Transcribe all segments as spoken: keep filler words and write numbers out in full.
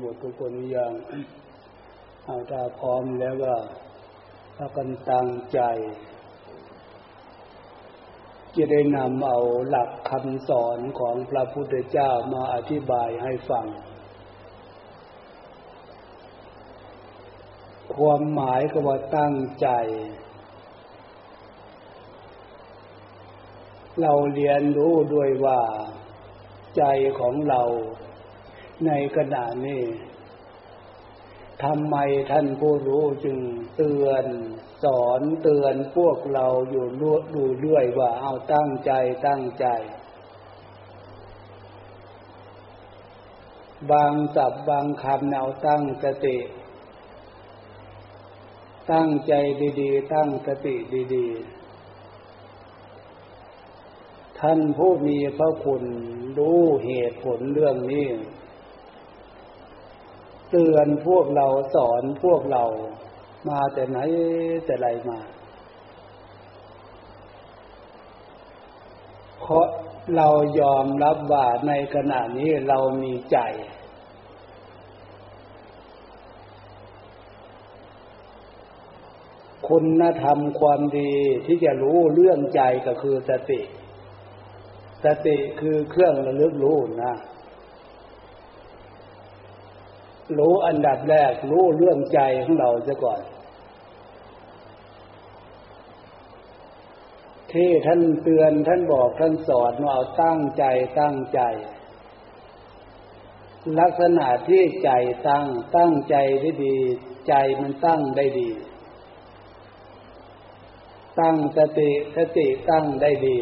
ดทุกคนอย่างเอาถ้าพร้อมแล้วก็พากันตั้งใจจะได้นำเอาหลักคำสอนของพระพุทธเจ้ามาอธิบายให้ฟังความหมายก็ว่าตั้งใจเราเรียนรู้ด้วยว่าใจของเราในขณะนี้ทำไมท่านผู้รู้จึงเตือนสอนเตือนพวกเราอยู่ดูเรื่อยว่าเอาตั้งใจตั้งใจบางศัพท์บางคำเอาตั้งสติตั้งใจดีๆตั้งสติดีๆท่านผู้มีพระคุณรู้เหตุผลเรื่องนี้เตือนพวกเราสอนพวกเรามาแต่ไหนแต่ไรมาเพราะเรายอมรับว่าในขณะนี้เรามีใจคุณธรรมความดีที่จะรู้เรื่องใจก็คือสติสติคือเครื่องระลึกรู้นะรู้อันดับแรกรู้เรื่องใจของเราซะก่อนที่ท่านเตือนท่านบอกท่านสอนว่าเอาตั้งใจตั้งใจลักษณะที่ใจตั้งตั้งใจได้ดีใจมันตั้งได้ดีตั้งสติสติตั้งได้ดี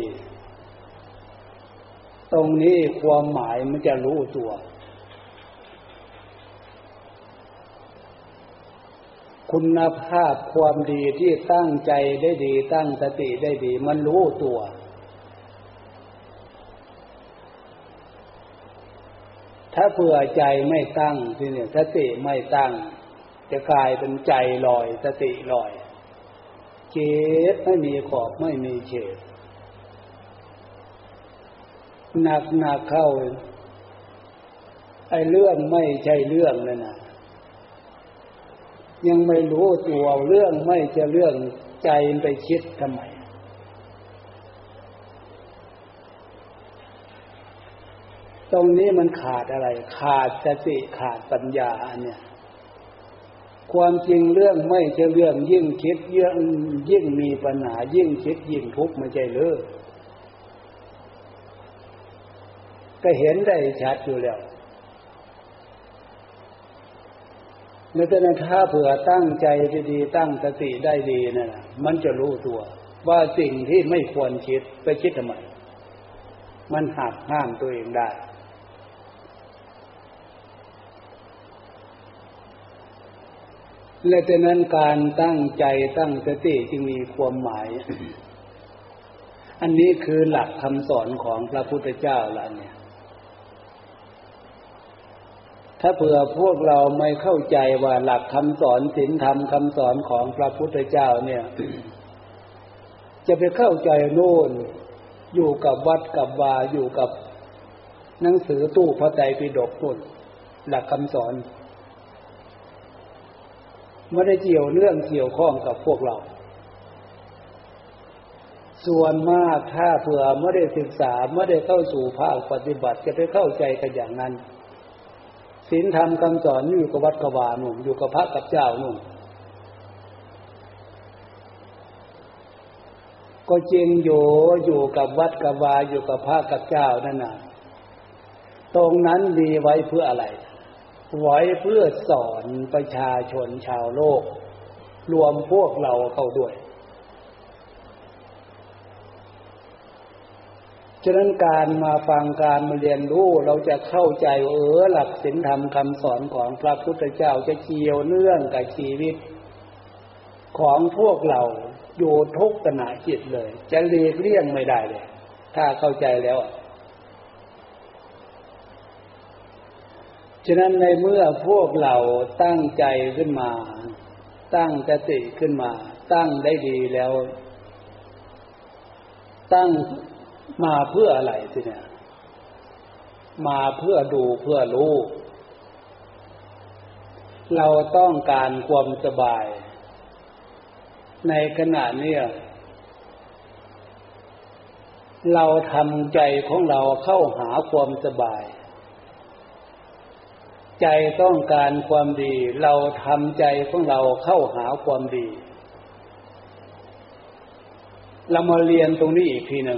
ตรงนี้ความหมายมันจะรู้ตัวคุณภาพความดีที่ตั้งใจได้ดีตั้งสติได้ดีมันรู้ตัวถ้าเผื่อใจไม่ตั้งทีนี้สติไม่ตั้งจะกลายเป็นใจลอยสติลอยเจตไม่มีขอบไม่มีเขตหนักหนักเข้าไอ้เรื่องไม่ใช่เรื่องนั่นน่ะยังไม่รู้ตัวเรื่องไม่ใช่เรื่องใจไปคิดทำไมตรงนี้มันขาดอะไรขาดสติขาดปัญญาอันเนี้ยความจริงเรื่องไม่ใช่เรื่องยิ่งคิดยิ่งยิ่งมีปัญหายิ่งคิดยิ่งทุกข์ไม่ใช่หรือก็เห็นได้ชัดอยู่แล้วในแต่นั้นถ้าเผื่อตั้งใจดีๆตั้งสติได้ดีนั่นน่ะมันจะรู้ตัวว่าสิ่งที่ไม่ควรคิดไปคิดทำไมมันหักห้ามตัวเองได้และแต่นั้นการตั้งใจตั้งสติจึงมีความหมาย อันนี้คือหลักคำสอนของพระพุทธเจ้าละเนี่ยถ้าเผื่อพวกเราไม่เข้าใจว่าหลักคำสอนศีลธรรมคำสอนของพระพุทธเจ้าเนี่ย จะไปเข้าใจโน่นอยู่กับวัดกับวาอยู่กับหนังสือตู้พระไตรปิฎกนู่นหลักคำสอนไม่ได้เกี่ยวเรื่องเกี่ยวข้องกับพวกเราส่วนมากถ้าเผื่อไม่ได้ศึกษาไม่ได้เข้าสู่ภาคปฏิบัติจะไปเข้าใจกันอย่างนั้นศีลธรรมคำสอนอยู่กับวัดกับวาหนุ่มอยู่กับพระกับเจ้าหนุ่มก็จริงอยู่อยู่กับวัดกับวาอยู่กับพระกับเจ้านั่นน่ะตรงนั้นมีไว้เพื่ออะไรไว้เพื่อสอนประชาชนชาวโลกรวมพวกเราเข้าด้วยฉะนั้นการมาฟังการมาเรียนรู้เราจะเข้าใจเออหลักศีลธรรมคำสอนของพระพุทธเจ้าจะเกี่ยวเนื่องกับชีวิตของพวกเราอยู่ทุกขณะจิตเลยจะหลีกเลี่ยงไม่ได้เลยถ้าเข้าใจแล้วฉะนั้นในเมื่อพวกเราตั้งใจขึ้นมาตั้งสติขึ้นมาตั้งได้ดีแล้วตั้งมาเพื่ออะไรทีเนี่ยมาเพื่อดูเพื่อรู้เราต้องการความสบายในขณะนี้เราทำใจของเราเข้าหาความสบายใจต้องการความดีเราทำใจของเราเข้าหาความดีเรามาเรียนตรงนี้อีกทีหนึ่ง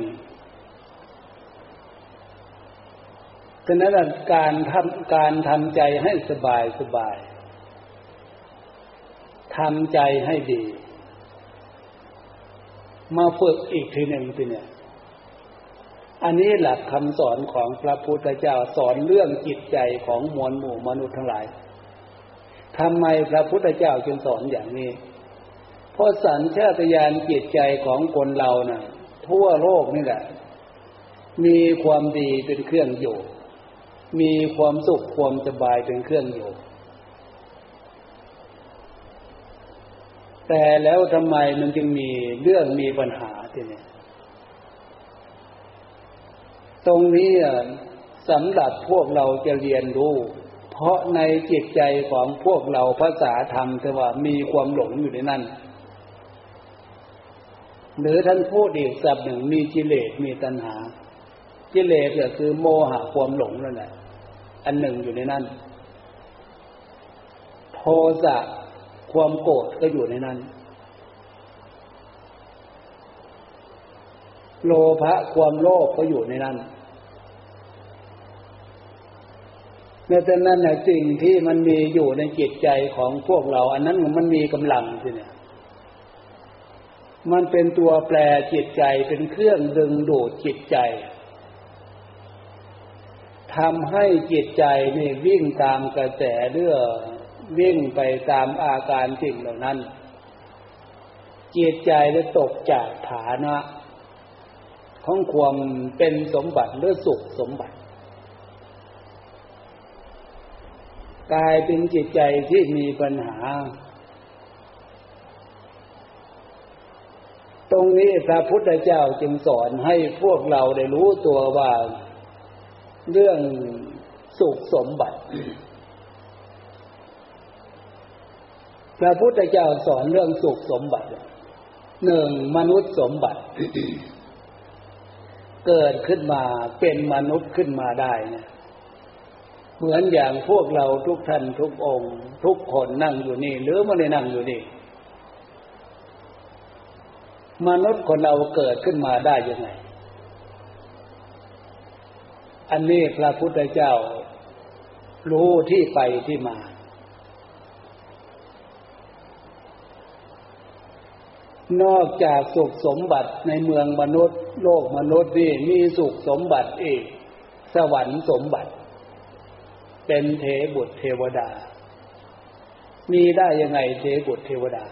ฉะนั้นการทำการทำใจให้สบายสบายทำใจให้ดีมาฝึกอีกทีหนึ่งทีเนี่ยอันนี้หลักคำสอนของพระพุทธเจ้าสอนเรื่องจิตใจของมวลหมู่มนุษย์ทั้งหลายทำไมพระพุทธเจ้าจึงสอนอย่างนี้เพราะสัญชาตญาณจิตใจของคนเราน่ะทั่วโลกนี่แหละมีความดีเป็นเครื่องอยู่มีความสุขความสบายเป็นเครื่องอยู่แต่แล้วทำไมมันจึงมีเรื่องมีปัญหาทีนี้ตรงนี้สำหรับพวกเราจะเรียนรู้เพราะในจิตใจของพวกเราภาษาธรรมแต่ว่ามีความหลงอยู่ในนั้นหรือท่านพูดอีกศัพท์หนึ่งมีกิเลสมีตัณหากิเลสก็คือโมหะความหลงนั่นแหละอันหนึ่งอยู่ในนั้นโทสะความโกรธก็อยู่ในนั้นโลภะความโลภก็อยู่ในนั้นในแต่นั้นน่ะสิ่งที่มันมีอยู่ในจิตใจของพวกเราอันนั้นมันมีกำลังสิเนี่ยมันเป็นตัวแปรจิตใจเป็นเครื่องดึงดูดจิตใจทำให้จิตใจนี่วิ่งตามกระแสเรื่องวิ่งไปตามอาการสิ่งเหล่านั้นจิตใจได้ตกจากฐานะของความเป็นสมบัติหรือสุขสมบัติกลายเป็นจิตใจที่มีปัญหาตรงนี้พระพุทธเจ้าจึงสอนให้พวกเราได้รู้ตัวว่าเรื่องสุขสมบัติพระพุทธเจ้าสอนเรื่องสุขสมบัติหนึ่งมนุษย์สมบัติ เกิดขึ้นมาเป็นมนุษย์ขึ้นมาได้เนี่ยเหมือนอย่างพวกเราทุกท่านทุกองค์ทุกคนนั่งอยู่นี่หรือไม่ได้นั่งอยู่นี่มนุษย์คนเราเกิดขึ้นมาได้ยังไงอันนี้พระพุทธเจ้ารู้ที่ไปที่มานอกจากสุขสมบัติในเมืองมนุษย์โลกมนุษย์นี่มีสุขสมบัติอีกสวรรค์สมบัติเป็นเทบุตรเทวดามีได้ยังไงเทบุตรเทวดา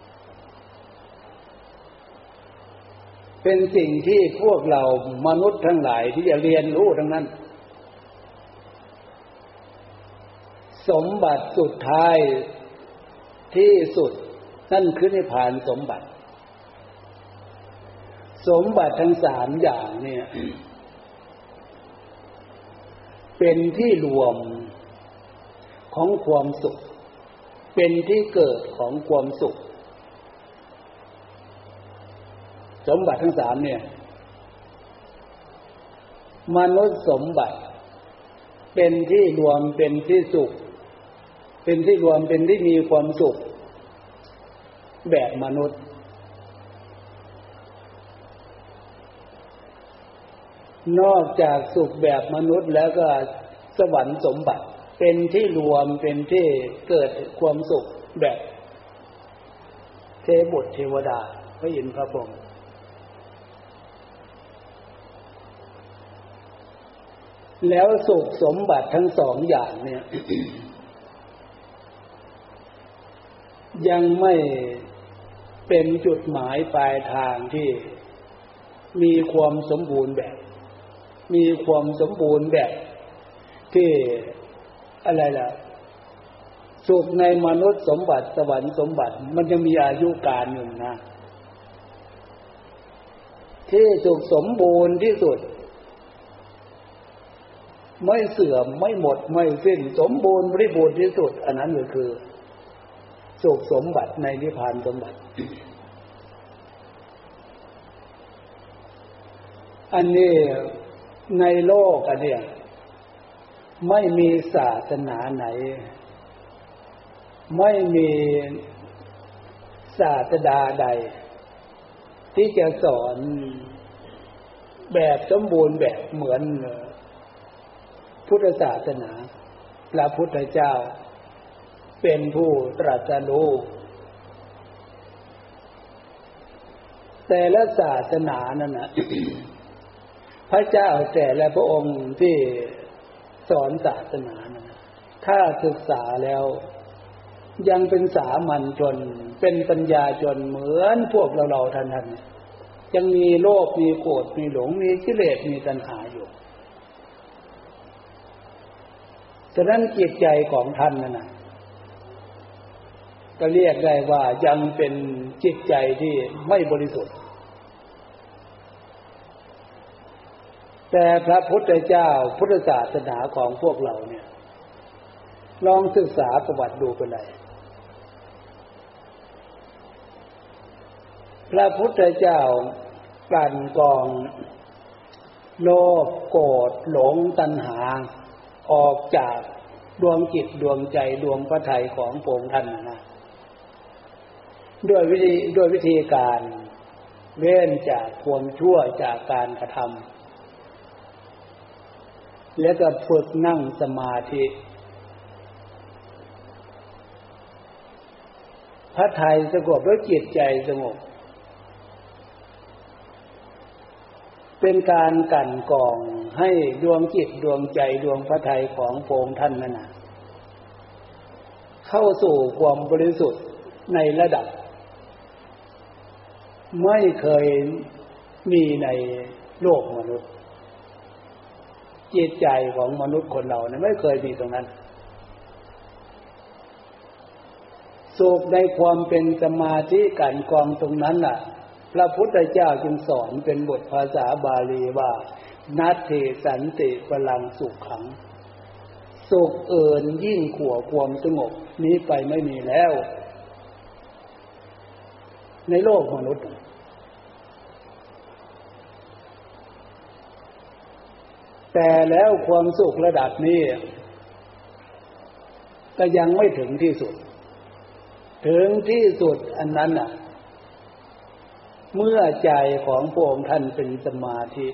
เป็นสิ่งที่พวกเรามนุษย์ทั้งหลายที่จะเรียนรู้ทั้งนั้นสมบัติสุดท้ายที่สุดนั่นคือนิพพานสมบัติสมบัติทั้งสามอย่างเนี่ยเป็นที่รวมของความสุขเป็นที่เกิดของความสุขสมบัติทั้งสามเนี่ยมนุษย์สมบัติเป็นที่รวมเป็นที่สุขเป็นที่รวมเป็นที่มีความสุขแบบมนุษย์นอกจากสุขแบบมนุษย์แล้วก็สวรรค์สมบัติเป็นที่รวมเป็นที่เกิดความสุขแบบเทบุตรเทวดาพระอินทร์พระพรหมแล้วสุขสมบัติทั้งสองอย่างเนี่ย ยังไม่เป็นจุดหมายปลายทางที่มีความสมบูรณ์แบบมีความสมบูรณ์แบบที่อะไรล่ะสุขในมนุษย์สมบัติสวรรค์สมบัติมันจะมีอายุการอยู่นะที่สุขสมบูรณ์ที่สุดไม่เสื่อมไม่หมดไม่สิ้นสมบูรณ์บริบูรณ์ที่สุดอันนั้นก็คือสุขสมบัติในนิพพานสมบัติอันนี้ในโลกอันเนี้ยไม่มีศาสนาไหนไม่มีศาสดาใดที่จะสอนแบบสมบูรณ์แบบเหมือนพุทธศาสนาพระพุทธเจ้าเป็นผู้ตรัสรู้แต่ละศาสนานั่นน่ะ พระเจ้าแต่ละพระองค์ที่สอนศาสนานั้นถ้าศึกษาแล้วยังเป็นสามัญชนเป็นปัญญาชนเหมือนพวกเราๆท่านๆยังมีโลภมีโกรธมีหลงมีกิเลสมีตัณหาอยู่ฉะนั้นจิตใจของท่านนั่นน่ะก็เรียกได้ว่ายังเป็นจิตใจที่ไม่บริสุทธิ์แต่พระพุทธเจ้าพุทธศาสนาของพวกเราเนี่ยลองศึกษาประวัติดูกันเลยพระพุทธเจ้ากลั่นกรองโลภโกรธหลงตัณหาออกจากดวงจิตดวงใจดวงพระทัยของพระองค์ท่านนะด้วยวิธีด้วยวิธีการเว้นจากความชั่วจากการกระทำแล้วก็ฝึกนั่งสมาธิพระทัยสงบแล้วจิตใจสงบเป็นการกั่นกรองให้ดวงจิตดวงใจดวงพระทัยของพระองค์ท่านนั่นน่ะเข้าสู่ความบริสุทธิ์ในระดับไม่เคยมีในโลกมนุษย์จิตใจของมนุษย์คนเราเนี่ยไม่เคยมีตรงนั้นสุขในความเป็นสมาธิกั่นกรองตรงนั้นน่ะพระพุทธเจ้าจึงสอนเป็นบทภาษาบาลีว่านัตถิสันติพลังสุขขังสุขเอิญยิ่งกว่าความสงบนี้ไปไม่มีแล้วในโลกมนุษย์แต่แล้วความสุขระดับนี้ก็ยังไม่ถึงที่สุดถึงที่สุดอันนั้นน่ะเมื่อใจของพระองค์ท่านเป็นสมาธิ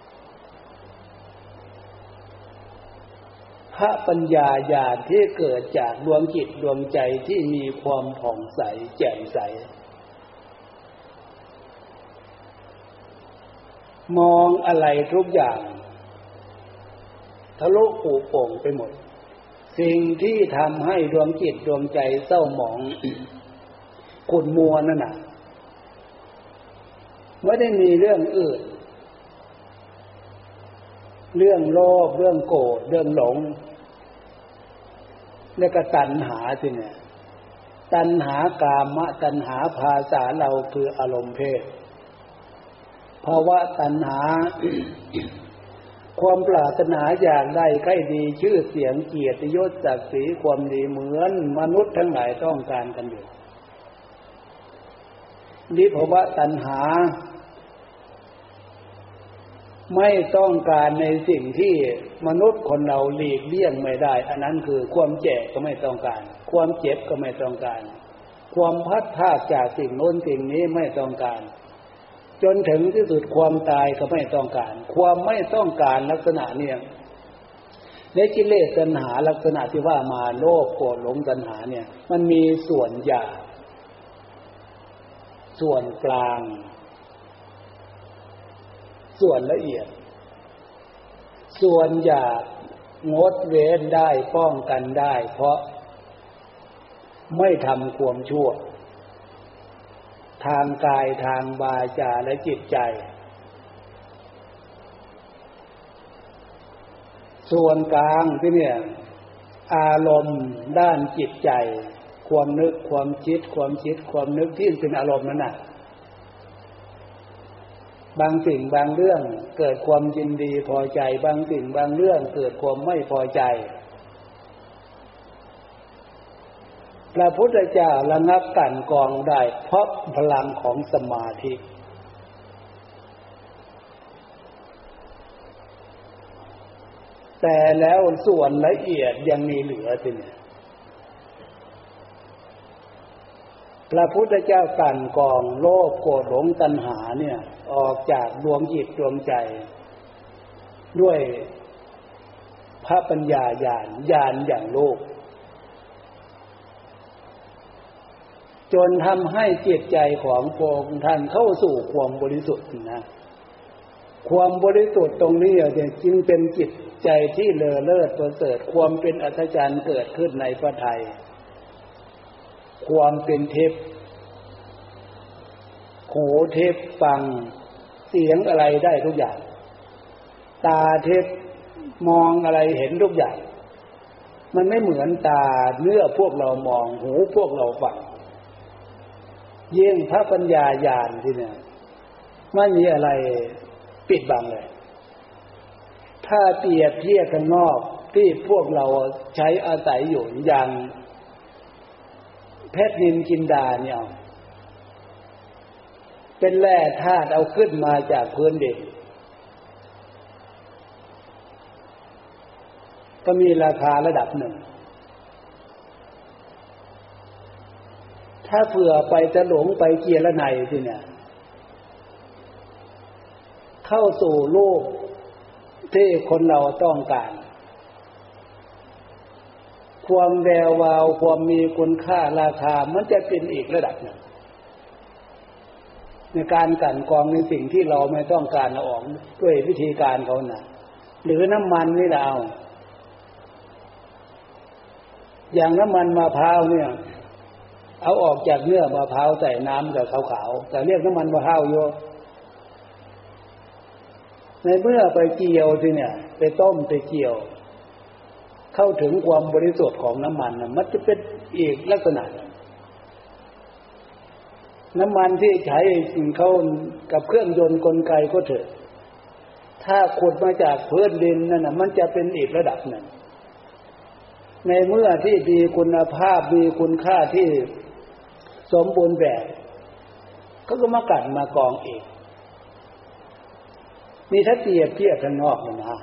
พระปัญญาญาณที่เกิดจากดวงจิตดวงใจที่มีความผ่องใสแจ่มใสมองอะไรทุกอย่างทะลุปูโป่งไปหมดสิ่งที่ทำให้ดวงจิตดวงใจเศร้าหมองขุ่นมัวนั่นน่ะไม่ได้มีเรื่องอื่นเรื่องโลภเรื่องโกรธเรื่องหลงแล้วก็ตัณหาสิเนี่ยตัณหากามตัณหาภาษาเราคืออารมณ์เพศภาวะตัณหา ความปรารถนาอยากได้ใครดีชื่อเสียงเกียรติยศศักดิ์ศรีความดีเหมือนมนุษย์ทั้งหลายต้องการกันอยู่วิภวะตัณหาไม่ต้องการในสิ่งที่มนุษย์คนเราหลีกเลี่ยงไม่ได้อันนั้นคือความแก่ก็ไม่ต้องการความเจ็บก็ไม่ต้องการความพัดพรากจากสิ่งโน้นสิ่งนี้ไม่ต้องการจนถึงที่สุดความตายก็ไม่ต้องการความไม่ต้องการลักษณะเนี่ยในกิเลสตัณหาลักษณะที่ว่ามาโลภโกรธหลงตัณหาเนี่ยมันมีส่วนหยาบส่วนกลางส่วนละเอียดส่วนหยาบงดเว้นได้ป้องกันได้เพราะไม่ทำความชั่วทางกายทางวาจาและจิตใจส่วนกลางที่เนี่ยอารมณ์ด้านจิตใจความนึกความคิดความคิดความนึกที่เป็นอารมณ์นั่นน่ะบางสิ่งบางเรื่องเกิดความยินดีพอใจบางสิ่งบางเรื่องเกิดความไม่พอใจพระพุทธเจ้าระงับกั้นกองได้เพราะพลังของสมาธิแต่แล้วส่วนละเอียดยังมีเหลือสิเนี่ยพระพุทธเจ้ากั้นกองโลภโกรธหลงตัณหาเนี่ยออกจากดวงจิตดวงใจด้วยพระปัญญาญาณญาณอย่างโลกจนทำให้จิตใจของพระองค์ท่านเข้าสู่ความบริสุทธิ์นะความบริสุทธิ์ตรงนี้เนี่ยจึงเป็นจิตใจที่เลอเลิศประเสริฐความเป็นอัศจรรย์เกิดขึ้นในพระทัยความเป็นเทพหูเทพฟังเสียงอะไรได้ทุกอย่างตาเทพมองอะไรเห็นทุกอย่างมันไม่เหมือนตาเนื้อพวกเรามองหูพวกเราฟังยิ่งพระปัญญาญาณที่เนี่ยไม่มีอะไรปิดบังเลยถ้าเปรียบเทียบข้างนอกที่พวกเราใช้อาศัยอยู่อย่างเพชรนินจินดาเนี่ยเป็นแร่ธาตุเอาขึ้นมาจากพื้นดินก็มีราคาระดับหนึ่งถ้าเผื่อไปจะหลงไปเกียรไนที่เนี่ยเข้าสู่โลกที่คนเราต้องการความแวววาวความมีคุณค่าราคามันจะเป็นอีกระดับหนึ่งในการกลั่นกรองในสิ่งที่เราไม่ต้องการเอาออกด้วยวิธีการเขาน่ะหรือน้ำมันนี่เราอย่างน้ำมันมะพร้าวเนี่ยเอาออกจากเนื้อมะพร้าวใส่น้ำกับขาวๆแต่เรียกน้ำมันมะพร้าวอยู่ในเมื่อไปเจียวสิเนี่ยไปต้มไปเจียวเข้าถึงความบริสุทธิ์ของน้ำมันนะมันจะเป็นอีกลักษณะน้ำมันที่ใช้เข้ากับเครื่องยนต์กลไกก็เถอะถ้าขุดมาจากพื้นดินนั่นน่ะมันจะเป็นอีกระดับหนึ่งในเมื่อที่มีคุณภาพมีคุณค่าที่สมบูรณ์แบบเขาก็มากั่นมากองอีกนี่ถ้าเทียบเทียบข้างนอกนะ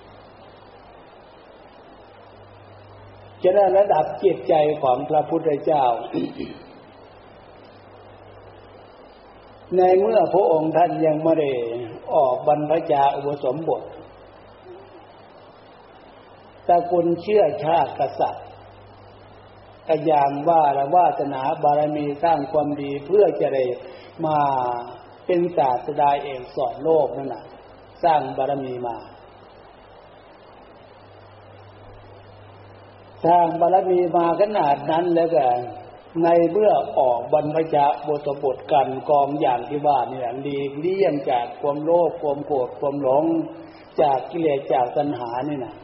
จะได้ระดับจิตใจของพระพุทธเจ้า ในเมื่อพระองค์ท่านยังไม่ได้ออกบรรพชาอุปสมบทตระกูลเชื้อชาติกษัตริย์ก็อย่างว่าละวาสนาบารมีสร้างความดีเพื่อจะได้มาเป็นศาสดาเอกสอนโลกนั่นน่ะสร้างบารมีมาสร้างบารมีมาขนาดนั้นแล้วก็ในเมื่อออกบรรพชาอุปสมบทกันกองอย่างที่ว่านี่แหละดีเลี่ยงจากความโลภความโกรธความหลงจากกิเลสจากตัณหานี่น่ะ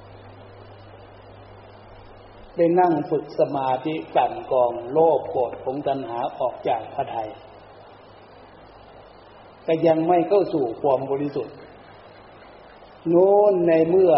ได้นั่งฝึกสมาธิกลั่นกรองโลภโกรธของตัณหาออกจากพระทัยแต่ยังไม่เข้าสู่ความบริสุทธิ์โน้นในเมื่อ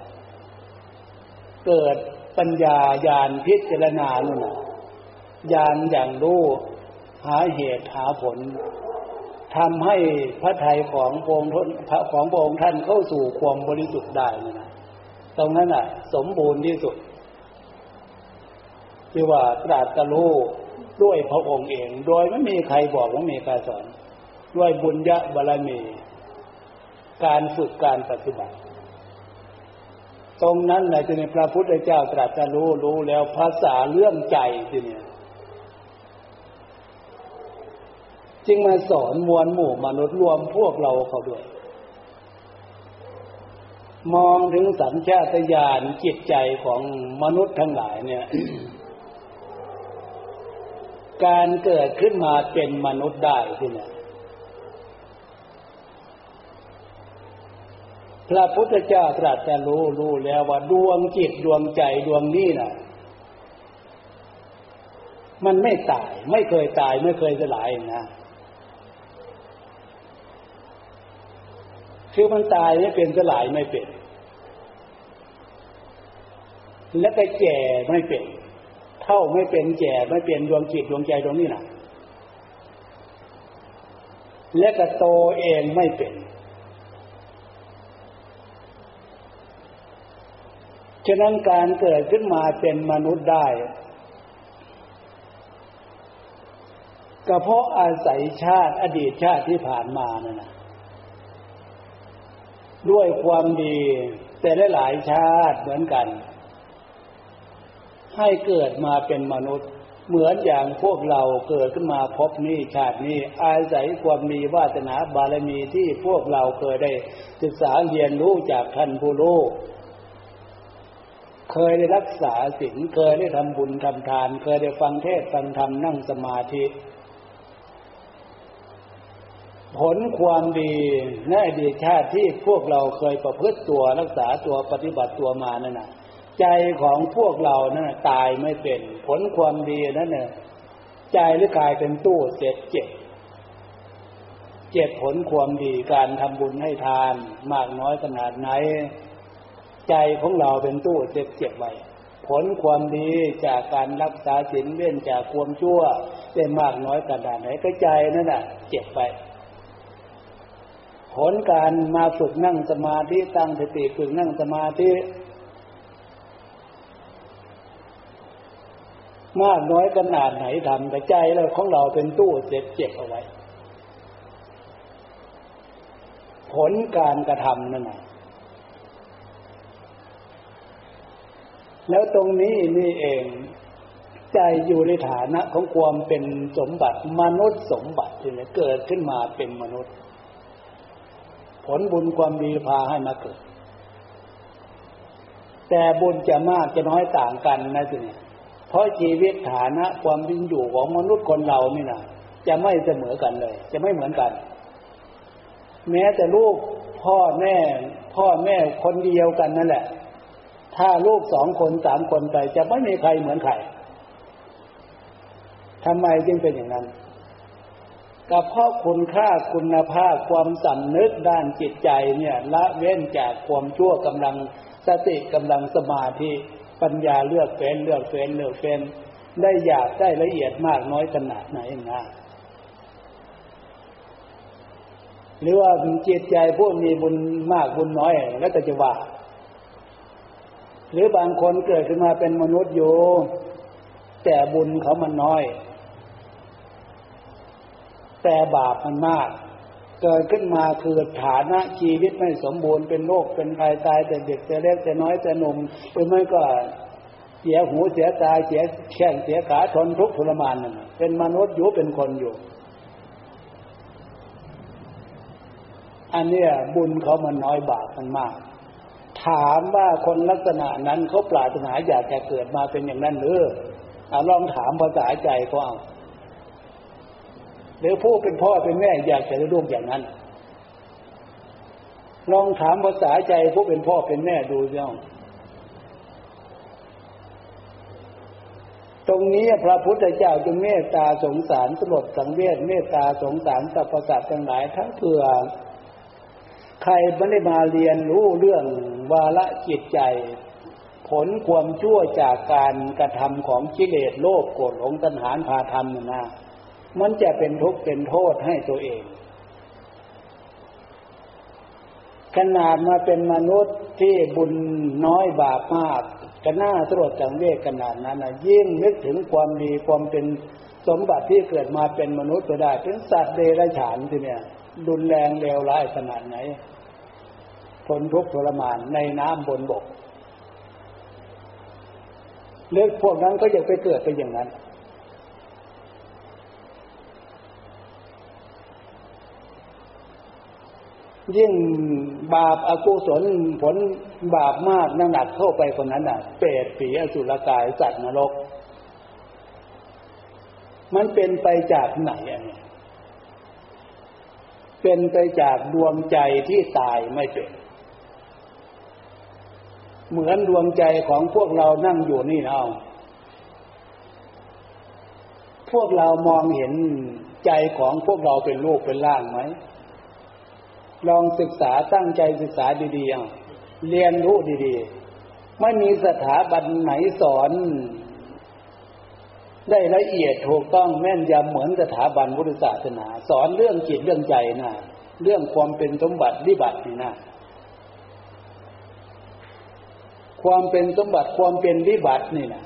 เกิดปัญญาญาณพิจารณานู่นน่ะญาณอย่างรู้หาเหตุหาผลทำให้พระทัยของพระองค์ของพระองค์ท่านเข้าสู่ความบริสุทธิ์ได้นั่นน่ะตรงนั้นน่ะสมบูรณ์ที่สุดที่ว่าตรัสรู้ด้วยพระองค์เองโดยไม่มีใครบอกไม่มีใครสอนด้วยบุญญาบารมีการฝึกการปฏิบัติตรงนั้นแหละที่พระพุทธเจ้าตรัสรู้รู้แล้วภาษาเรื่องใจที่เนี่ยจึงมาสอนมวลหมู่มนุษย์รวมพวกเราเขาด้วยมองถึงสัญชาตญาณจิตใจของมนุษย์ทั้งหลายเนี่ย การเกิดขึ้นมาเป็นมนุษย์ได้ที่เนี่ยพระพุทธเจ้าตรัสรู้รู้แล้วว่าดวงจิตดวงใจดวงนี้น่ะมันไม่ตายไม่เคยตายไม่เคยสลายนะคือมันตายไม่เป็นสลายไม่เป็นแล้วก็แก่ไม่เป็นเฒ่าไม่เป็นแก่ไม่เป็นดวงจิตดวงใจตรงนี้น่ะและก็โตเองไม่เป็นฉะนั้นการเกิดขึ้นมาเป็นมนุษย์ได้ก็เพราะอาศัยชาติอดีตชาติที่ผ่านมานั่นน่ะด้วยความดีแต่หลายๆชาติเหมือนกันให้เกิดมาเป็นมนุษย์เหมือนอย่างพวกเราเกิดขึ้นมาพบนี้ชาตินี้อาศัยความมีวาสนาบารมีที่พวกเราเคยได้ศึกษาเรียนรู้จากท่านผู้รู้เคยได้รักษาศีลเคยได้ทำบุญทำทานเคยได้ฟังเทศน์ฟังธรรมนั่งสมาธิผลความดีในอดีตชาติที่พวกเราเคยประพฤติตัวรักษาตัวปฏิบัติตัวมานั่นน่ะใจของพวกเรานั่นตายไม่เป็นผลความดีนั่นน่ะใจหรือกายเป็นตู้เสร็จเจ็บเจ็บผลความดีการทำบุญให้ทานมากน้อยขนาดไหนใจของเราเป็นตู้เสร็จเจ็บไว้ผลความดีจากการรักษาศีลเว้นจากความชั่วได้มากน้อยขนาดไหนก็ใจนั่นน่ะเจ็บไปผลการมาฝึกนั่งสมาธิตั้งสติฝึกนั่งสมาธิมากน้อยขนาดไหนทำแต่ใจเราของเราเป็นตู้เจ็บเจ็บเอาไว้ผลการกระทำนั่นน่ะแล้วตรงนี้นี่เองใจอยู่ในฐานะของความเป็นสมบัติมนุษย์สมบัติที่เกิดขึ้นมาเป็นมนุษย์ผลบุญความดีพาให้มาเกิดแต่บุญจะมากจะน้อยต่างกันนะสิเนี่ยเพราะชีวิตฐานะความเป็นอยู่ของมนุษย์คนเรานี่นะจะไม่เสมอกันเลยจะไม่เหมือนกันแม้แต่ลูกพ่อแม่พ่อแม่คนเดียวกันนั่นแหละถ้าลูกสองคนสามคนไปจะไม่มีใครเหมือนใครทำไมจึงเป็นอย่างนั้นก็เพราะคุณค่าคุณภาพความสำนึกด้านจิตใจเนี่ยละเว้นจากความชั่วกำลังสติกำลังสมาธิปัญญาเลือกเฟ้นเลือกเฟ้นเลือกเฟ้นได้หยาบได้ละเอียดมากน้อยขนาดไหนนะหรือว่าจิตใจพวกมีบุญมากบุญน้อยแล้วแต่จะว่าหรือบางคนเกิดขึ้นมาเป็นมนุษย์อยู่แต่บุญเขามันน้อยแต่บาปมันมากเกิดขึ้นมาคือฐานะชีวิตไม่สมบูรณ์เป็นโรคเป็นภัยตายแต่เด็กแต่เล็กแต่น้อยแต่หนุ่มหรือไม่ก็เสียหูเสียตาเสียแข้งเสียขาทนทุกข์ทรมานนั่นเป็นมนุษย์อยู่เป็นคนอยู่อันเนี้ยบุญเขามันน้อยบาปมันมากถามว่าคนลักษณะนั้นเขาปรารถนาอยากจะเกิดมาเป็นอย่างนั้นหรือเอาลองถามภาษาใจเขาเอาหรือผู้เป็นพ่อเป็นแม่อยากจะได้ลูกอย่างนั้นลองถามภาษาใจผู้เป็นพ่อเป็นแม่ดูสิตรงนี้พระพุทธเจ้าจึงเมตตาสงสารสลดสังเวชเมตตาสงสารสรรพสัตว์ทั้งหลายทั้งเผื่อใครไม่ได้มาเรียนรู้เรื่องวาระจิตใจผลความชั่วจากการกระทำของกิเลสโลภโกรธหลงตัณหาพาทำนั่นนะมันจะเป็นทุกข์เป็นโทษให้ตัวเองขนาดมาเป็นมนุษย์ที่บุญน้อยบาปมากก็น่าสลดสังเวชขนาดนั้นนะยิ่งนึกถึงความดีความเป็นสมบัติที่เกิดมาเป็นมนุษย์ก็ได้ถึงสัตว์เดรัจฉานที่เนี่ยรุนแรงเลวร้ายขนาดไหนทนทุกข์ทรมานในน้ำบนบกเลือกพวกนั้นก็จะไปเกิดไปอย่างนั้นยิ่งบาปอกุศลผลบาปมากหนักเข้าไปคนนั้นน่ะเปรตผีอสุรกายสัตว์นรกมันเป็นไปจากไหนอ่ะเนี่ยเป็นไปจากดวงใจที่ตายไม่เป็นเหมือนดวงใจของพวกเรานั่งอยู่นี่นะพวกเรามองเห็นใจของพวกเราเป็นรูปเป็นร่างไหมลองศึกษาตั้งใจศึกษาดีๆเอาเรียนรู้ดีๆไม่มีสถาบันไหนสอนได้ละเอียดถูกต้องแม่นยำเหมือนสถาบันพุทธศาสนาสอนเรื่องจิตเรื่องใจนะเรื่องความเป็นสมบัติวิบัตินี่นะความเป็นสมบัติความเป็นวิบัตินี่นะ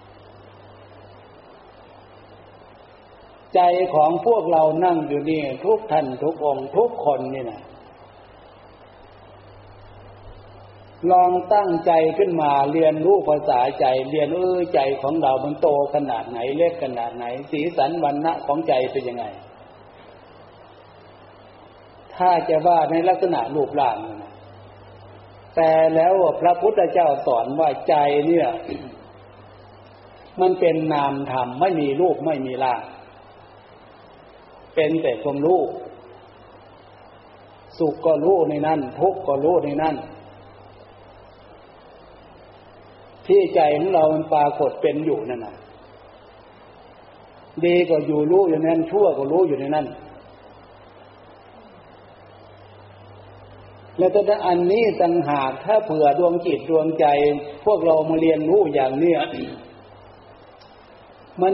ใจของพวกเรานั่งอยู่นี่ทุกท่านทุกองค์ทุกคนนี่นะลองตั้งใจขึ้นมาเรียนรู้ภาษาใจเรียนเออใจของเรามันโตขนาดไหนเล็กขนาดไหนสีสันวรรณะของใจเป็นยังไงถ้าจะว่าในลักษณะรูปร่างนะแต่แล้วพระพุทธเจ้าสอนว่าใจเนี่ย มันเป็นนามธรรมไม่มีรูปไม่มีร่างเป็นแต่ความรู้สุขก็รู้ในนั้นทุกข์ก็รู้ในนั้นที่ใจของเรามันปรากฏเป็นอยู่นั่นน่ะดีก็อยู่รู้อยู่ในนั้นชั่วก็รู้อยู่ในนั้นแล้วแต่อันนี้ต่างหากถ้าเผื่อดวงจิตดวงใจพวกเรามาเรียนรู้อย่างเนี้ยมัน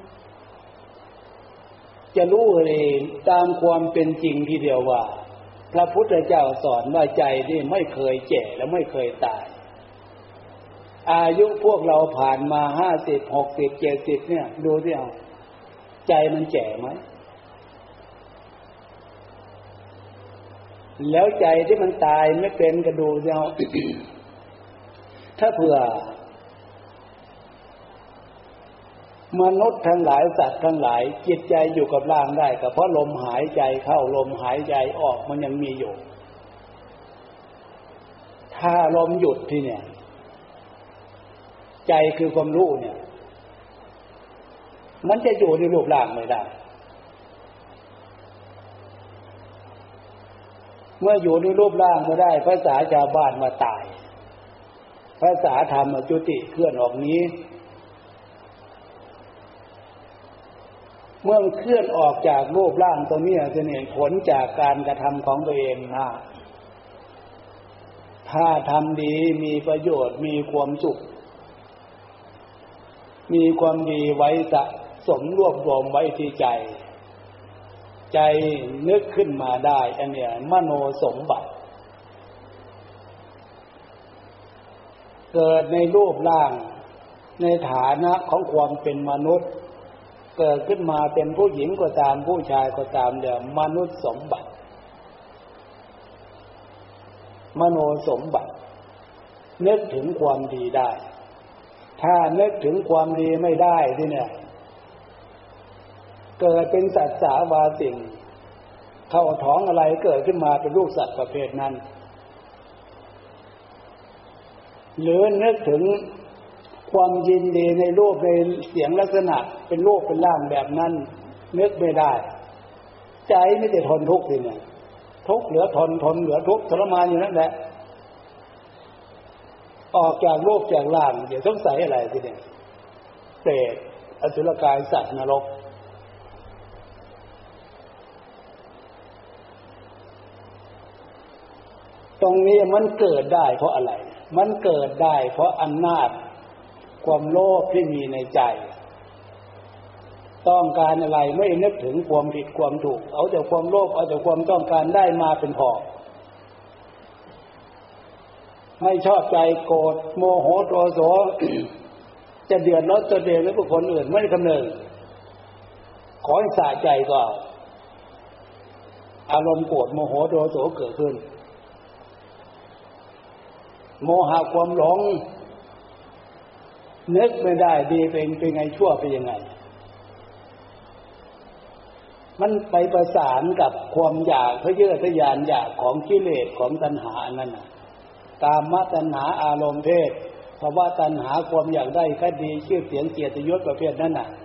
จะรู้เลยตามความเป็นจริงทีเดียวว่าพระพุทธเจ้าสอนว่าใจนี่ไม่เคยแก่และไม่เคยตายอายุพวกเราผ่านมาห้าสิบหกสิบเจ็ดสิบเนี่ยดูสิเอาใจมันแก่ไหมแล้วใจที่มันตายไม่เป็นก็ดูสิเอา ถ้าเผื่อมนุษย์ทั้งหลายสัตว์ทั้งหลายจิตใจอยู่กับร่างได้ก็เพราะลมหายใจเข้าลมหายใจออกมันยังมีอยู่ถ้าลมหยุดที่เนี่ยใจคือความรู้เนี่ยมันจะอยู่ในรูปร่างไม่ได้เมื่ออยู่ในรูปร่างไม่ได้ภาษาชาวบ้านมาตายภาษาธรรมจุติเคลื่อนออกนี้เมื่อเคลื่อนออกจากรูปร่างตรงนี้จะเห็นผลจากการกระทำของตัวเองนะถ้าทำดีมีประโยชน์มีความสุขมีความดีไว้สะสมรวบรวมไว้ที่ใจใจนึกขึ้นมาได้อันเนี้ยมโนสมบัติเกิดในรูปร่างในฐานะของความเป็นมนุษย์เกิดขึ้นมาเป็นผู้หญิงก็ตามผู้ชายก็ตามเดี๋ยวมนุษย์สมบัติมโนสมบัตินึกถึงความดีได้ถ้านึกถึงความดีไม่ได้ที่เนี่ยเกิดเป็นสัตว์สาวาสิ่งเข้าท้องอะไรเกิดขึ้นมาเป็นลูกสัตว์ประเภทนั้นหรือนึกถึงความยินดีในรูปในเสียงลักษณะเป็นรูปเป็นร่างแบบนั้นนึกไม่ได้ใจไม่ได้ทนทุกข์ทีเนี่ยทุกข์เหลือทนทนเหลือทุกข์ทรมานอยู่นั่นแหละออกจากรูปจากร่างเดี๋ยวสงสัยอะไรทีเนี่ยเปรตอสุรกายสัตว์นรกตรงนี้มันเกิดได้เพราะอะไรมันเกิดได้เพราะอำนาจความโลภที่มีในใจต้องการอะไรไม่นึกถึงความผิดความถูกเอาแต่ความโลภเอาแต่ความต้องการได้มาเป็นพอไม่ชอบใจโกรธโมโหโทโส จะเดือดร้อนตัวเองหรือผู้คนอื่นไม่ได้คำนึงขอให้สะใจก็อารมณ์โกรธโมโหโทโสเกิดขึ้นโมหะความหลงนึกไม่ได้ดีเป็นเป็นไงชั่วเป็นยังไงมันไปประสานกับความอยากพเยอทะยานอยากของกิเลสของตัณหาอันนั้นน่ะกามตัณหาอารมณ์เพศภาวะตัณหาความอยากได้คดีชื่อเสียงเกียรติยศประเภทนั้นน่ะ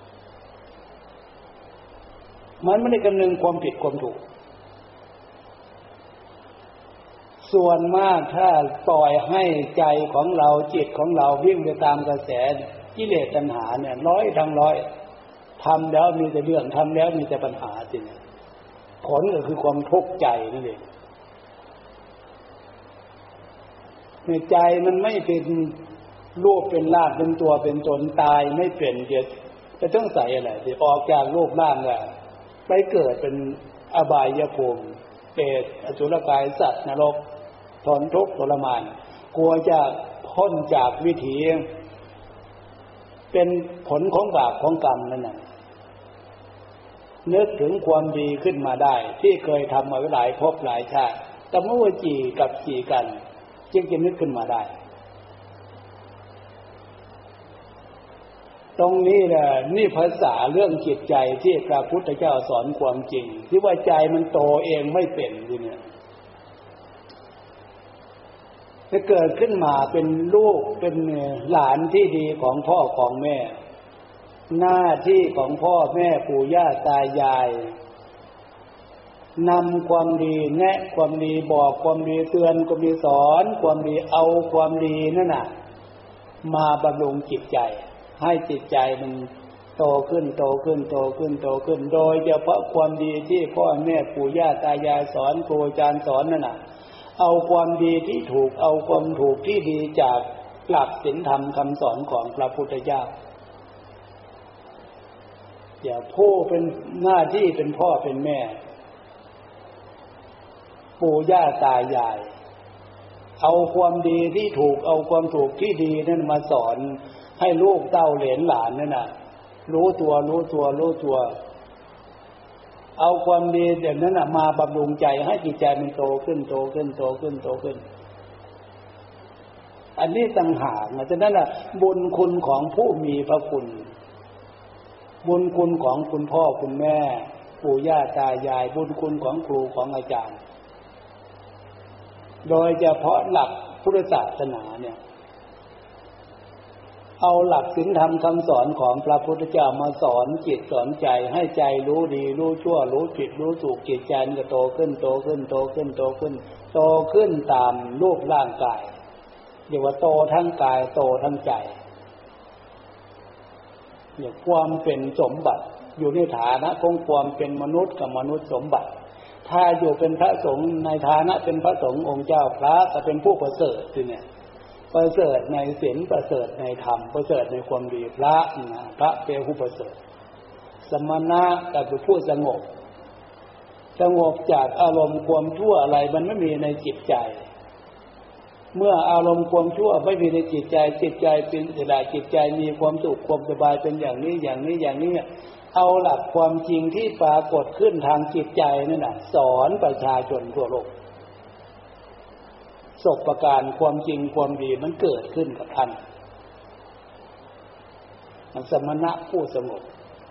มันไม่ได้คำนึงความผิดความถูกส่วนมากถ้าปล่อยให้ใจของเราจิตของเราวิ่งไปตามกระแสกิเลสตัณหาเนี่ยร้อยทั้งร้อยทำแล้วมีแต่เรื่องทำแล้วมีแต่ปัญหาจริงผลก็คือความทุกข์ใจนั่นเองในใจมันไม่เป็นรูปเป็นร่างเป็นตัวเป็นตนตายไม่เปลี่ยนเดี๋ยวจะต้องใส่อะไรที่ออกจากรูปร่างแล้วไปเกิดเป็นอบายภูมิเปรตอสุรกายสัตว์นรกทนทุกข์ทรมานกลัวจะพ้นจากวิถีเป็นผลของบาปของกรรมนั่นน่ะนึกถึงความดีขึ้นมาได้ที่เคยทำมาหลายภพหลายชาติตมวจีกับจีกันจึงจะนึกขึ้นมาได้ตรงนี้แหละนี่ภาษาเรื่องจิตใจที่พระพุทธเจ้าสอนความจริงที่ว่าใจมันโตเองไม่เป็นทีเนี่ยจะเกิดขึ้นมาเป็นลูกเป็นหลานที่ดีของพ่อของแม่หน้าที่ของพ่อแม่ปู่ย่าตายายนำความดีแนะความดีบอกความดีเตือนความดีสอนความดีเอาความดีนั่นน่ะมาบำรุงจิตใจให้จิตใจมันโตขึ้นโตขึ้นโตขึ้นโตขึ้นโดยเฉพาะความดีที่พ่อแม่ปู่ย่าตายายสอนครูอาจารย์สอนนั่นน่ะเอาความดีที่ถูกเอาความถูกที่ดีจากหลักศีลธรรมคำสอนของพระพุทธเจ้าอย่าผู้เป็นหน้าที่เป็นพ่อเป็นแม่ปู่ย่าตายายเอาความดีที่ถูกเอาความถูกที่ดีนั่นมาสอนให้ลูกเต้าเหลนหลานนั่นน่ะรู้ตัวรู้ตัวรู้ตัวเอาความดีแบบนั้นน่ะมาบำรุงใจให้จิตใจมันโตขึ้นโตขึ้นโตขึ้นโตขึ้นอันนี้ต่างหากนะฉะนั้นน่ะบุญคุณของผู้มีพระคุณบุญคุณของคุณพ่อคุณแม่ปู่ย่าตายายบุญคุณของครูของอาจารย์โดยเฉพาะหลักพุทธศาสนาเนี่ยเอาหลักศีลธรรมคำสอนของพระพุทธเจ้ามาสอนจิตสอนใจให้ใจรู้ดีรู้ชั่วรู้ผิดรู้ถูกจิตใจมันก็โตขึ้นโตขึ้นโตขึ้นโตขึ้นโตขึ้นตามรูปร่างกายเรียกว่าโตทั้งกายโตทั้งใจเนี่ยความเป็นสมบัติอยู่ในฐานะของความเป็นมนุษย์กับมนุษย์สมบัติถ้าอยู่เป็นพระสงฆ์ในฐานะเป็นพระสงฆ์องค์เจ้าพระก็เป็นผู้ประเสริฐสิเนี่ยประเสริฐในศีลประเสริฐในธรรมประเสริฐในความดีพระนะพระเป็นผู้ประเสริฐสมณะก็เป็นผู้สงบสงบจากอารมณ์ความชั่วอะไรมันไม่มีในจิตใจเมื่ออารมณ์ความชั่วไม่มีในจิตใจจิตใจเป็นอิสระจิตใจมีความสุขความสบายเป็นอย่างนี้อย่างนี้อย่างนี้เอาหลักความจริงที่ปรากฏขึ้นทางจิตใจนั่นน่ะสอนประชาชนทั่วโลกศพประการความจริงความดีมันเกิดขึ้นกับท่านสมณะผู้สง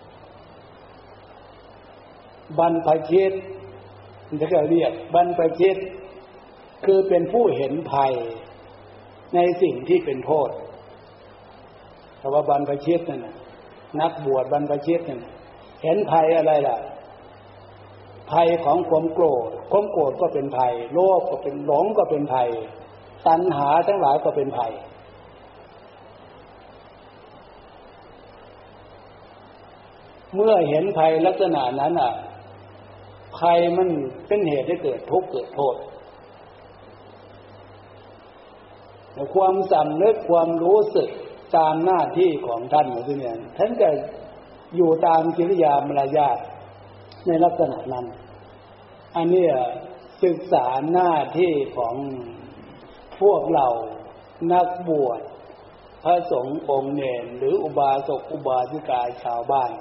บบรรพชิตที่เขาเรียกบรรพชิตคือเป็นผู้เห็นภัยในสิ่งที่เป็นโทษเพราะว่าบรรพชิตนั่นน่ะนักบวชบรรพชิตนั่นเห็นภัยอะไรล่ะภัยของความโกรธความโกรธก็เป็นภัยโลภก็เป็นหลงก็เป็นภัยตัณหาทั้งหลายก็เป็นภัยเมื่อเห็นภัยลักษณะนั้นอ่ะภัยมันเป็นเหตุให้เกิดทุกข์เกิดโทษแต่ความสำนึกความรู้สึกตามหน้าที่ของท่านเหมือนที่เนี่ยท่านก็อยู่ตามกิริยามารยาทในลักษณะนั้นอันนี้ศึกษาหน้าที่ของพวกเรานักบวชพระสงฆ์องค์เณรหรืออุบาสกอุบาสิกาชาวบ้าน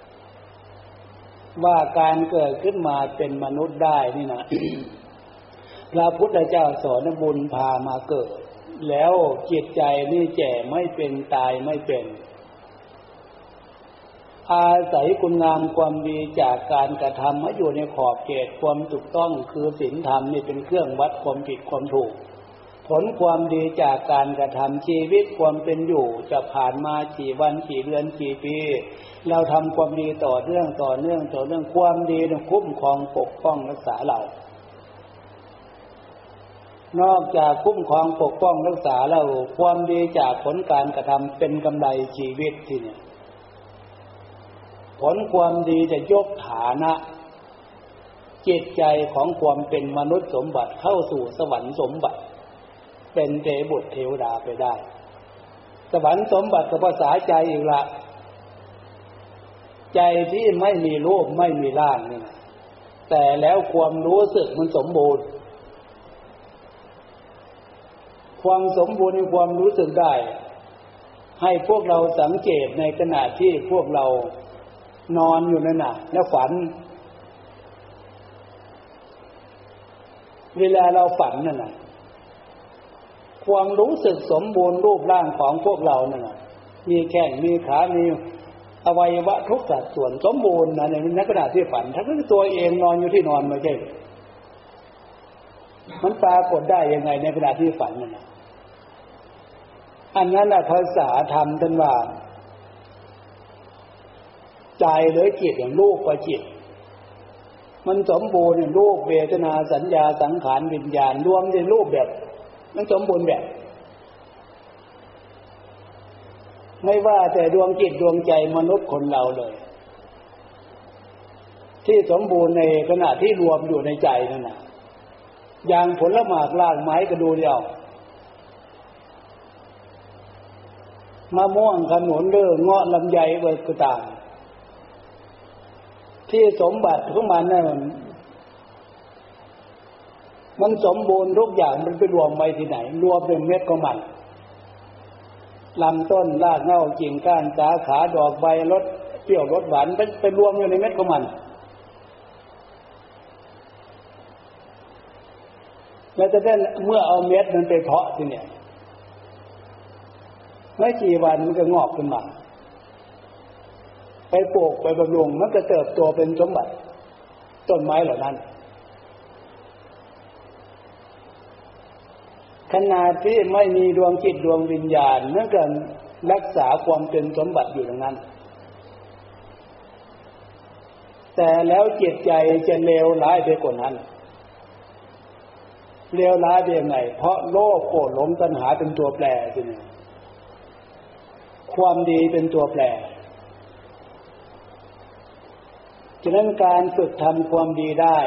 ว่าการเกิดขึ้นมาเป็นมนุษย์ได้นี่นะ พระพุทธเจ้าสอนบุญพามาเกิดแล้วจิตใจนี่แก่ไม่เป็นตายไม่เป็นอาศัยคุณงามความดีจากการกระทำให้อยู่ในขอบเขตความถูกต้องคือศีลธรรมนี่เป็นเครื่องวัดความผิดความถูกผลความดีจากการกระทำชีวิตความเป็นอยู่จะผ่านมากี่วันกี่เดือนกี่ปีเราทำความดีต่อเนื่องต่อเนื่องต่อเนื่องความดีนั้นคุ้มครองปกป้องรักษาเรานอกจากคุ้มครองปกป้องรักษาเราความดีจากผลการกระทำเป็นกำไรชีวิตที่เนี่ยผลความดีจะยกฐานะจิตใจของความเป็นมนุษย์สมบัติเข้าสู่สวรรค์สมบัติเป็นเทบุตรเทวดาไปได้สวรรค์สมบัติกับภาษาใจอีกละใจที่ไม่มีรูปไม่มีร่างนี่แต่แล้วความรู้สึกมันสมบูรณ์ความสมบูรณ์ในความรู้สึกได้ให้พวกเราสังเกตในขณะที่พวกเรานอนอยู่นั่นน่ะแล้วฝันเวลาเราฝันนั่นน่ะความรู้สึกสมบูรณ์รูปร่างของพวกเรานั่นน่ะมีแข้งมีขามีอวัยวะทุกสัดส่วนสมบูรณ์นะในขณะที่ฝันทั้งที่ตัวเองนอนอยู่ที่นอนไม่ใช่มันปรากฏได้ยังไงในขณะที่ฝันนั่นน่ะอันนั้นน่ะภาษาธรรมท่านว่าใจหรือจิตอย่างรูปกับจิตมันสมบูรณ์ในรูปเวทนาสัญญาสังขารวิญญาณรวมในรูปแบบมันสมบูรณ์แบบไม่ว่าแต่ดวงจิตดวงใจมนุษย์คนเราเลยที่สมบูรณ์ในขณะที่รวมอยู่ในใจนั่นน่ะอย่างผลหมากรากไม้ก็ดูเดียวมะม่วงขนุนเลื่อเงาะลำไยเบิกกระต่างที่สมบัติของมันนั่นมันสมบูรณ์ทุกอย่างมันไปรวมไว้ที่ไหนรวมเป็นเม็ดของมันลำต้นรากเหง้ากิ่งก้านสาขาดอกใบรสเปรี้ยวรสหวานไปไปรวมอยู่ในเม็ดของมันแล้วจะได้เมื่อเอาเม็ดมันไปเพาะทีเนี่ยไม่กี่วันมันก็งอกขึ้นมาไปปลูกไปบำรุงมันก็เติบโตเป็นสมบัติต้นไม้เหล่านั้นขณะที่ไม่มีดวงจิตดวงวิญญาณนั่นก็รักษาความเป็นสมบัติอยู่ตรงนั้นแต่แล้วจิตใจจะเลวร้ายไปกว่านั้นเลวร้ายได้ยังไงเพราะโลภโกรธหลงตัณหาเป็นตัวแปรสิเนี่ยความดีเป็นตัวแปรฉะนั้นการฝึกทำความดีได้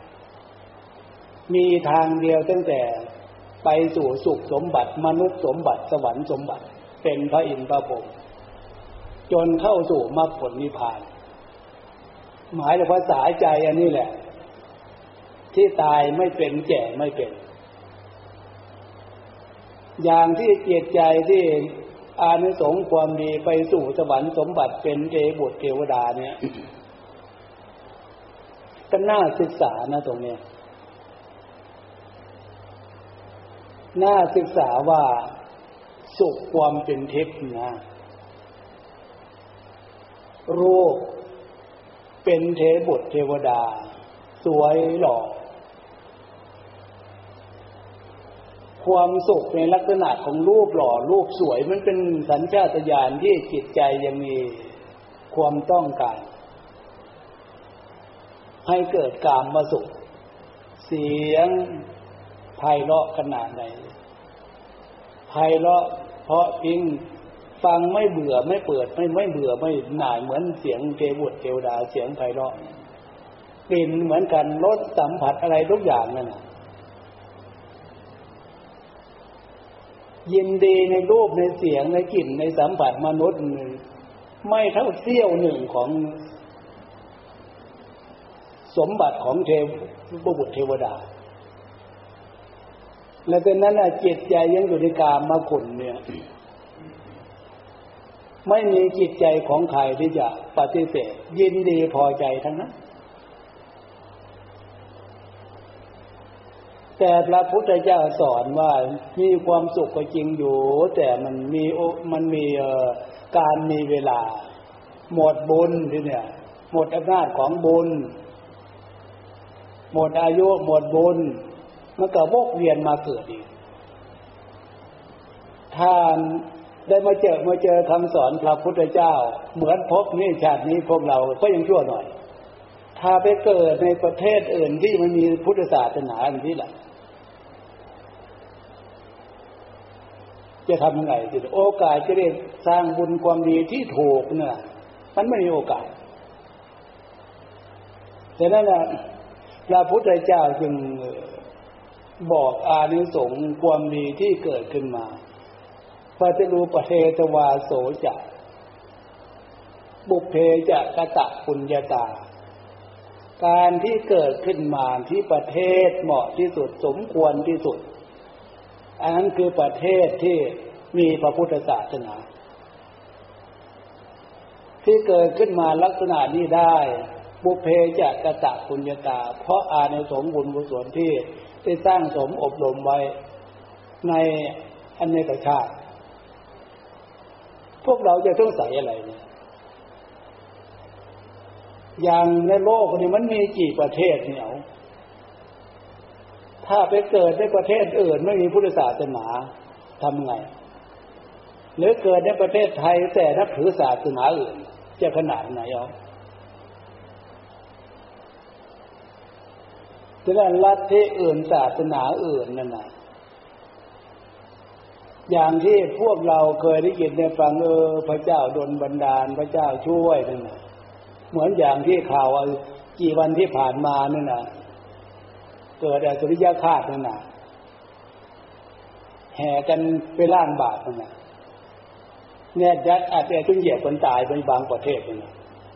มีทางเดียวตั้งแต่ไปสู่สุขสมบัติมนุษย์สมบัติสวรรค์สมบัติเป็นพระอินทร์พระพรหมจนเข้าสู่มรรคผลนิพพานหมายถึงภาษาใจอันนี้แหละที่ตายไม่เป็นแก่ไม่เป็นอย่างที่จิตใจที่อานิสงส์ความดีไปสู่สวรรค์สมบัติเป็นเทบุตรเทวดาเนี่ยก็น่าศึกษานะตรงนี้น่าศึกษาว่าสุขความเป็นทิพย์นะรูปเป็นเทบุตรเทวดาสวยหล่อความสุขในลักษณะของรูปหล่อรูปสวยมันเป็นสัญชาตญาณที่จิตใจยังมีความต้องการให้เกิดกามสุขเสียงไพเราะขนาดไหนไพเราะเพราะจริงฟังไม่เบื่อไม่เปิดไม่ไม่เบื่อไม่หน่ายเหมือนเสียงเทบุตรเทวดาเสียงไพเราะกลิ่นเหมือนกันรสสัมผัสอะไรทุกอย่างนั่นน่ะยินดีในรูปในเสียงในกลิ่นในสัมผัสมนุษย์ไม่เท่าเสี้ยวหนึ่งของสมบัติของเทพบุตรเทวดาและเป็นนั้นจิตใจยังอยู่ในกามคุณเนี่ยไม่มีจิตใจของใครที่จะปฏิเสธยินดีพอใจทั้งนั้นแต่พระพุทธเจ้าสอนว่ามีความสุขก็จริงอยู่แต่มันมีมันมีการมีเวลาหมดบุญทีเนี่ยหมดอำนาจของบุญหมดอายุหมดบุญมันก็วกเวียนมาเกิดอีกถ้าได้มาเจอมาเจอคำสอนพระพุทธเจ้าเหมือนพบนี้ชาตินี้พวกเราก็ยังชั่วหน่อยถ้าไปเกิดในประเทศอื่นที่มันมีพุทธศาสนาอันนี้แหละจะทำยังไงสิโอกาสจะได้สร้างบุญความดีที่ถูกเนี่ยมันไม่มีโอกาสฉะนั้นนะพระพุทธเจ้าจึงบอกอานิสงส์ความดีที่เกิดขึ้นมาปฏิรูปเทตวาโสจะบุพเพจะกตปุญญาตาการที่เกิดขึ้นมาที่ประเทศเหมาะที่สุดสมควรที่สุดอันนั้นคือประเทศที่มีพระพุทธศาสนาที่เกิดขึ้นมาลักษณะนี้ได้บุพเพจะกตปุญญาตาเพราะอานิสงส์บุญกุศลที่ได้สร้างสมอบรมไว้ในอเนกชาติพวกเราจะต้องใส่อะไรเนี่ยอย่างในโลกนี้มันมีกี่ประเทศเนี่ยถ้าไปเกิดในประเทศอื่นไม่มีพุทธศาสนาทำไงหรือเกิดในประเทศไทยแต่นับถือศาสนาอื่นจะขนาดไหนอ๋อฉะนั้นลัทธิอื่นศาสนาอื่นนั่นน่ะอย่างที่พวกเราเคยได้ยินได้ฟังเออพระเจ้าดลบันดาลพระเจ้าช่วยนั่นน่ะเหมือนอย่างที่ข่าวกี่วันที่ผ่านมานั่นน่ะเกิดอสุริยคราสนั่นน่ะแห่กันไปล้างบาปนั่นน่ะเนี่ยยัดอาจจะจนเหยียบคนตายไปบางประเทศนั่นน่ะ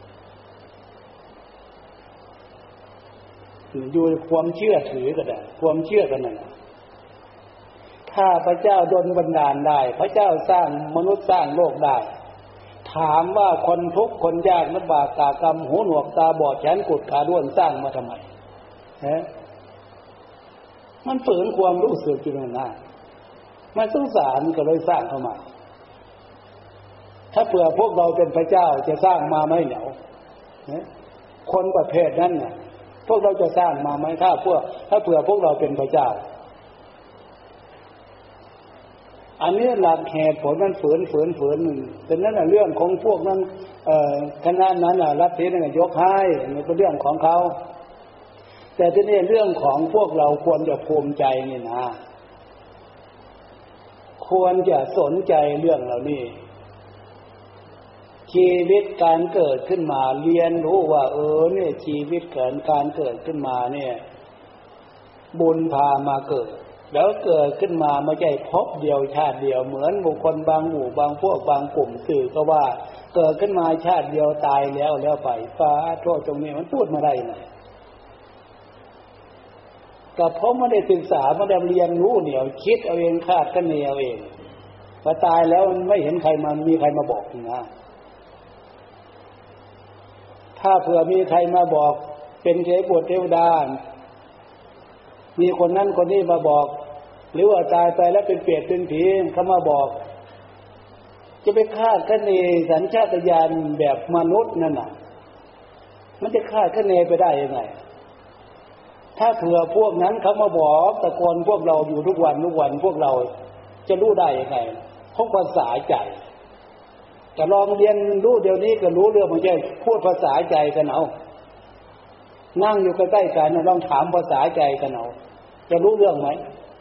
อยู่ความเชื่อถือก็ได้ความเชื่อกันนั่นน่ะถ้าพระเจ้าดลบันดาลได้พระเจ้าสร้างมนุษย์สร้างโลกได้ถามว่าคนทุกข์คนยากลำบากตากรรมหูหนวกตาบอดแขนกุดขาด้วนสร้างมาทำไมฮะมันฝืนความรู้สึกอยู่นั่นน่ะมันสงสารก็เลยสร้างเข้ามาถ้าเผื่อพวกเราเป็นพระเจ้าจะสร้างมาไหมเหนียวคนประเภทนั้นน่ะพวกเราจะสร้างมาไหมถ้าพวกถ้าเผื่อพวกเราเป็นพระเจ้าอันนี้หลักเหตุผลมันฝืนฝืนฝืนแต่นั่นน่ะเรื่องของพวกนั้นเอ่อคณะนั้นน่ะรัฐที่นั่นยกให้มันเป็นเรื่องของเขาแต่ที่นี่เรื่องของพวกเราควรจะภูมิใจนี่นะควรจะสนใจเรื่องเหล่านี้ชีวิตการเกิดขึ้นมาเรียนรู้ว่าเออเนี่ยชีวิตเกิดการเกิดขึ้นมาเนี่ยบุญพามาเกิดแล้วเกิดขึ้นมาไม่ใช่พบเดียวชาติเดียวเหมือนบุคคลบางหมู่บางพวกบางกลุ่มสื่อก็ว่าเกิดขึ้นมาชาติเดียวตายแล้วแล้วไปฟ้าโทษตรงนี้มันพูดมาได้ไงก็เพราะไม่ได้ศึกษาไม่ได้เรียนรู้เดี่ยวคิดเอาเองคาดคะเนเอาเองพอตายแล้วไม่เห็นใครมามีใครมาบอกนะถ้าเผื่อมีใครมาบอกเป็นเทพบุตรเทวดามีคนนั้นคนนี้มาบอกหรือว่าตายไปแล้วเป็นเปรตเป็นผีเขามาบอกจะไปคาดคะเนสัญชาตญาณแบบมนุษย์นั่นน่ะมันจะคาดคะเนไปได้ยังไงถ้าเผื่อพวกนั้นเขามาบอกตะโกนพวกเราอยู่ทุกวันทุกวันพวกเราจะรู้ได้ยังไงเพราะภาษาใจแต่ลองเรียนรู้เดี๋ยวนี้ก็รู้เรื่องมันจะพูดภาษาใจกันเอานั่งอยู่ใกล้ๆกันลองถามภาษาใจกันเอาจะรู้เรื่องไหม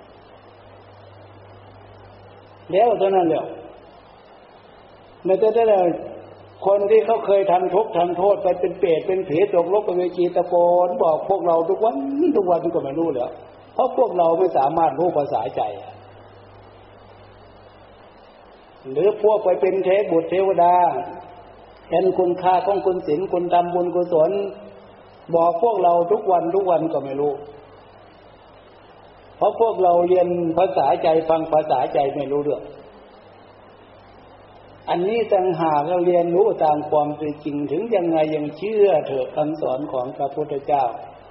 แล้วเท่านั้นแหละไม่ใช่แต่คนที่เขาเคยทำทุกข์ทำโทษไปเป็นเปรตเป็นผีตกนรกเป็นเวจีตะโกนบอกพวกเราทุกวันทุกวันก็ไม่รู้แล้วเพราะพวกเราไม่สามารถรู้ภาษาใจหรือพวกไปเป็นเทพบุตรเทวดาเห็นคุณค่าของคุณศีลคุณธรรมบุญกุศลบอกพวกเราทุกวันทุกวันก็ไม่รู้เพราะพวกเราเรียนภาษาใจฟังภาษาใจไม่รู้เรื่องอันนี้ต่างหากเราเรียนรู้ตามความเป็นจริงถึงยังไงยังเชื่อเถอะคำสอนของพระพุทธเจ้า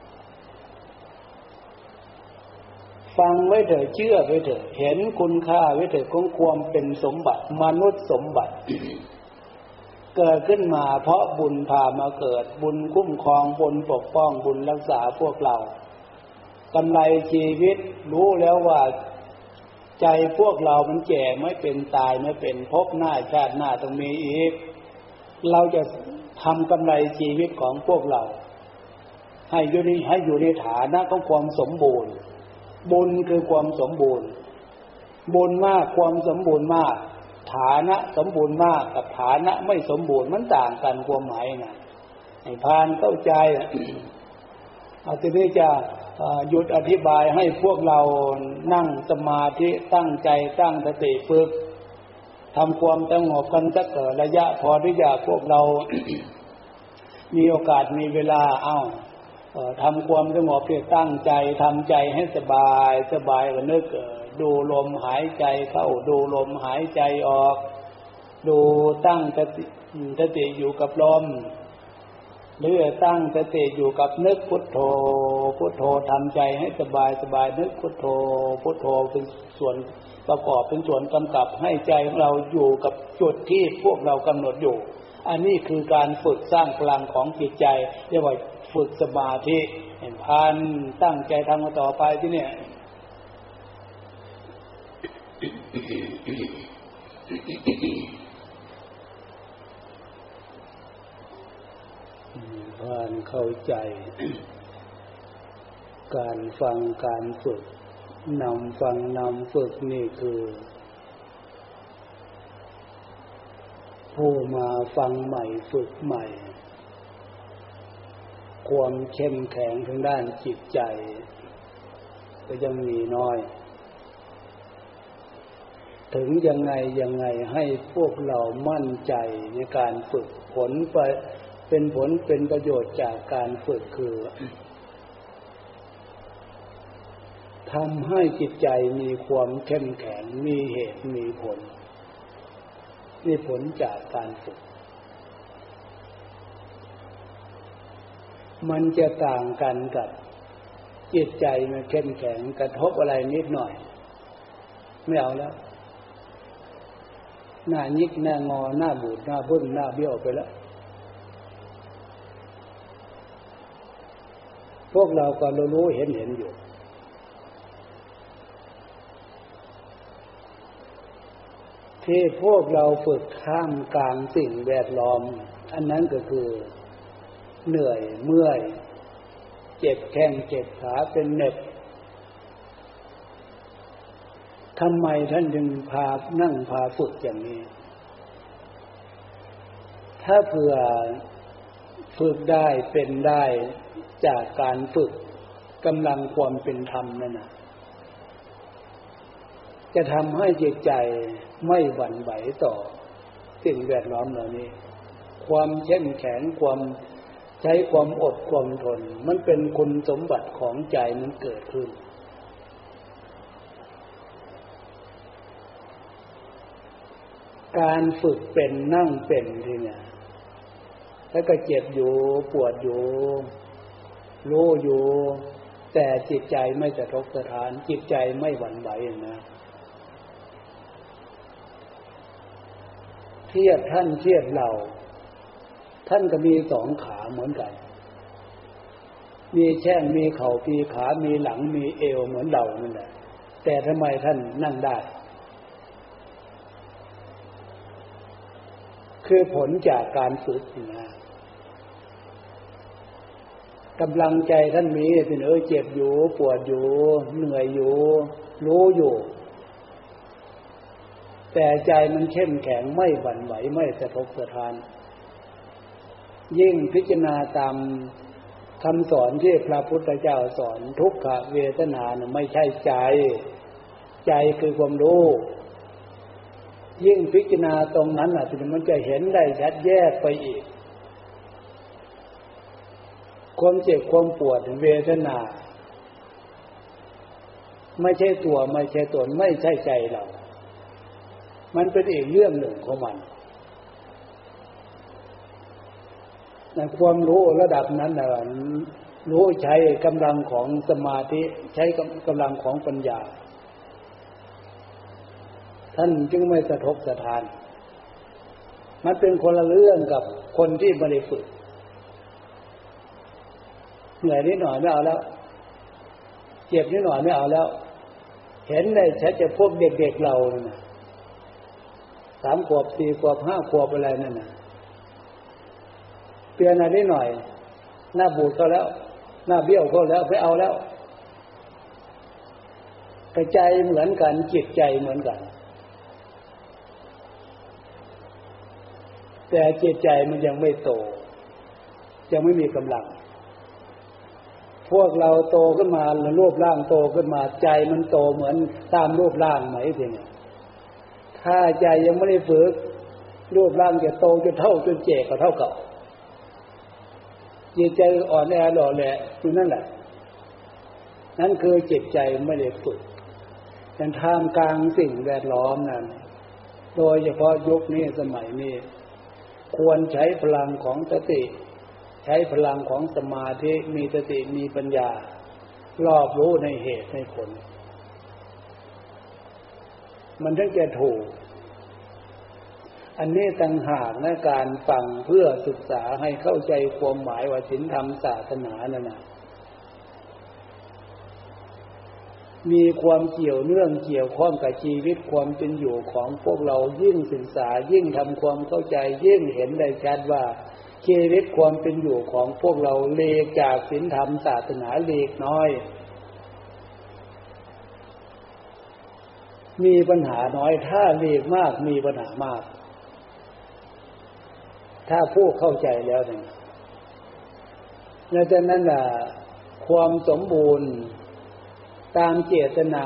ฟังไว้เถอะเชื่อไว้เถอะเห็นคุณค่าไว้เถอะของความเป็นสมบัติมนุษย์สมบัติ เกิดขึ้นมาเพราะบุญพามาเกิดบุญคุ้มครองบุญปกป้องบุญรักษาพวกเรากำไรชีวิตรู้แล้วว่าใจพวกเรามันแก่ไม่เป็นตายไม่เป็นพบหน้าชาติหน้าต้องมีอีกเราจะทำกำไรชีวิตของพวกเราให้อยู่ในให้อยู่ในฐานะของความสมบูรณ์บุญคือความสมบูรณ์บุญมากความสมบูรณ์มากฐานะสมบูรณ์มากกับฐานะไม่สมบูรณ์มันต่างกันความหมายนะให้พานเข้าใจเอาทีนี้จะหยุดอธิบายให้พวกเรานั่งสมาธิตั้งใจตั้งสติฝึกทำความสงบกันสักระยะพอที่จะพวกเรา มีโอกาสมีเวลาเอ้าทำความสงบเพื่อตั้งใจทำใจให้สบายสบายก็นึกดูลมหายใจเข้าดูลมหายใจออกดูตั้งสติสติอยู่กับลมหรือตั้งสติอยู่กับนึกพุทโธพุทโธทำใจให้สบายสบายนึกพุทโธพุทโธเป็นส่วนประกอบเป็นส่วนกำกับให้ใจของเราอยู่กับจุดที่พวกเรากำหนดอยู่อันนี้คือการฝึกสร้างพลังของจิตใจเรียกว่าฝึกสมาธิเห็นพันตั้งใจทำต่อไปที่เนี่ยผ่านเข้าใจการฟังการฝึกนำฟังนำฝึกนี่คือผู้มาฟังใหม่ฝึกใหม่ความเข้มแข็งทางด้านจิตใจก็ยังมีน้อยถึงยังไงยังไงให้พวกเรามั่นใจในการฝึกผลไปเป็นผลเป็นประโยชน์จากการฝึกคือทำให้จิตใจมีความเข้มแข็งมีเหตุมีผลมีผลจากการฝึกมันจะต่างกันกับจิตใจมันเข้มแข็งกระทบอะไรนิดหน่อยไม่เอาแล้วหน้ายิกหน้างอหน้าบูดหน้าบึ้งหน้าเบี้ยวไปแล้วพวกเราก็รู้เห็นเห็นอยู่ที่พวกเราฝึกข้ามกลางสิ่งแวดล้อมอันนั้นก็คือเหนื่อยเมื่อยเจ็บแข้งเจ็บขาเป็นเหน็บทำไมท่านจึงพานั่งพาฝึกอย่างนี้ถ้าเผื่อฝึกได้เป็นได้จากการฝึกกำลังความเป็นธรรมนั่นน่ะจะทำให้จิตใจไม่หวั่นไหวต่อสิ่งแวดล้อมเหล่านี้ความเข้มแข็งความใช้ความอดความทนมันเป็นคุณสมบัติของใจมันเกิดขึ้นการฝึกเป็นนั่งเป็นทีเนี่ยแล้วก็เจ็บอยู่ปวดอยู่รู้อยู่แต่จิตใจไม่สะทกสะท้านจิตใจไม่หวั่นไหวนะเทียบท่านเทียบเราท่านก็มีสองขาเหมือนกันมีแข้งมีเข่ามีขามีหลังมีเอวเหมือนเรานั่นแหละแต่ทำไมท่านนั่งได้คือผลจากการฝึกนะกำลังใจท่านมีสิเออเจ็บอยู่ปวดอยู่เหนื่อยอยู่รู้อยู่แต่ใจมันเข้มแข็งไม่หวั่นไหวไม่สะทกสะท้านยิ่งพิจารณาตามคำสอนที่พระพุทธเจ้าสอนทุกขเวทนาเนี่ยไม่ใช่ใจใจคือความรู้ยิ่งพิจารณาตรงนั้นน่ะมันจะเห็นได้ชัดแยกไปอีกความเจ็บความปวดเวทนาไม่ใช่ตัวไม่ใช่ตนไม่ใช่ใจเรามันเป็นอีกเรื่องหนึ่งของมันในความรู้ระดับนั้นน่ะรู้ใช้กำลังของสมาธิใช้กำลังของปัญญาท่านจึงไม่สะทกสะท้านมันเป็นคนละเรื่องกับคนที่ไม่ได้ฝึกเหนื่อยนิดหน่อยไม่เอาแล้วเจ็บนิดหน่อยไม่เอาแล้วเห็นได้ชัดจะพวกเด็กๆเราน่ะสามขวบสี่ขวบห้าขวบอะไรนั่นน่ะเปลี่ยนอะไรนิดหน่อยหน้าบูดเขาแล้วหน้าเบี้ยวเขาแล้วไม่เอาแล้วกระใจเหมือนกันจิตใจเหมือนกันแต่จิตใจมันยังไม่โตยังไม่มีกำลังพวกเราโตขึ้นมารูปร่างโตขึ้นมาใจมันโตเหมือนตามรูปร่างไหมทีนี้ถ้าใจยังไม่ได้ฝึกรูปร่างจะโตจนเท่าจนเจ๊ก็เท่าเก่าจิตใจอ่อนแอหล่อแหละอยู่นั่นแหละนั่นคือจิตใจไม่ได้ฝึกแต่ท่ามกลางสิ่งแวดล้อมนั้นโดยเฉพาะยุคนี้สมัยนี้ควรใช้พลังของสติใช้พลังของสมาธิมีสติมีปัญญารอบรู้ในเหตุในผลมันถึงจะถูกอันนี้ต่างหากนะการฟังเพื่อศึกษาให้เข้าใจความหมายว่าศีลธรรมศาสนานั่นน่ะมีความเกี่ยวเนื่องเกี่ยวข้องกับชีวิตความเป็นอยู่ของพวกเรายิ่งศึกษายิ่งทำความเข้าใจยิ่งเห็นได้ชัดว่าชีวิตความเป็นอยู่ของพวกเราเลกจากศีลธรรมศาสนาเล็กน้อยมีปัญหาน้อยถ้าเลกมากมีปัญหามากถ้าผู้เข้าใจแล้วเนี่ยแล้วจากนั้นล่ะความสมบูรณ์ตามเจตนา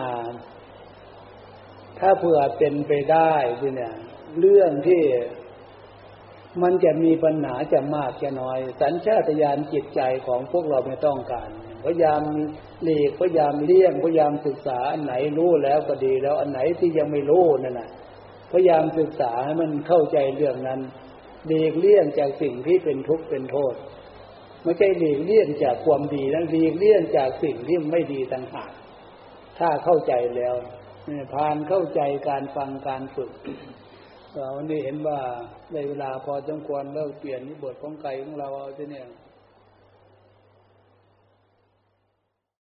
ถ้าเผื่อเป็นไปได้เนี่ยเรื่องที่มันจะมีปัญหาจะมากจะน้อยสัญชาตญาณจิตใจของพวกเราไม่ต้องการพยายามหลีกพยายามเลี่ยงพยายามศึกษาอันไหนรู้แล้วก็ดีแล้วอันไหนที่ยังไม่รู้นั่นน่ะพยายามศึกษาให้มันเข้าใจเรื่องนั้นหลีกเลี่ยงจากสิ่งที่เป็นทุกข์เป็นโทษไม่ใช่หลีกเลี่ยงจากความดีนะหลีกเลี่ยงจากสิ่งที่ไม่ดีต่างหากถ้าเข้าใจแล้วผ่านเข้าใจการฟังการฝึกเราได้เห็นว่าในเวลาพอสมควรเลิกเปลี่ยนนิบทของไก่ของเราเอาทีเนี่ย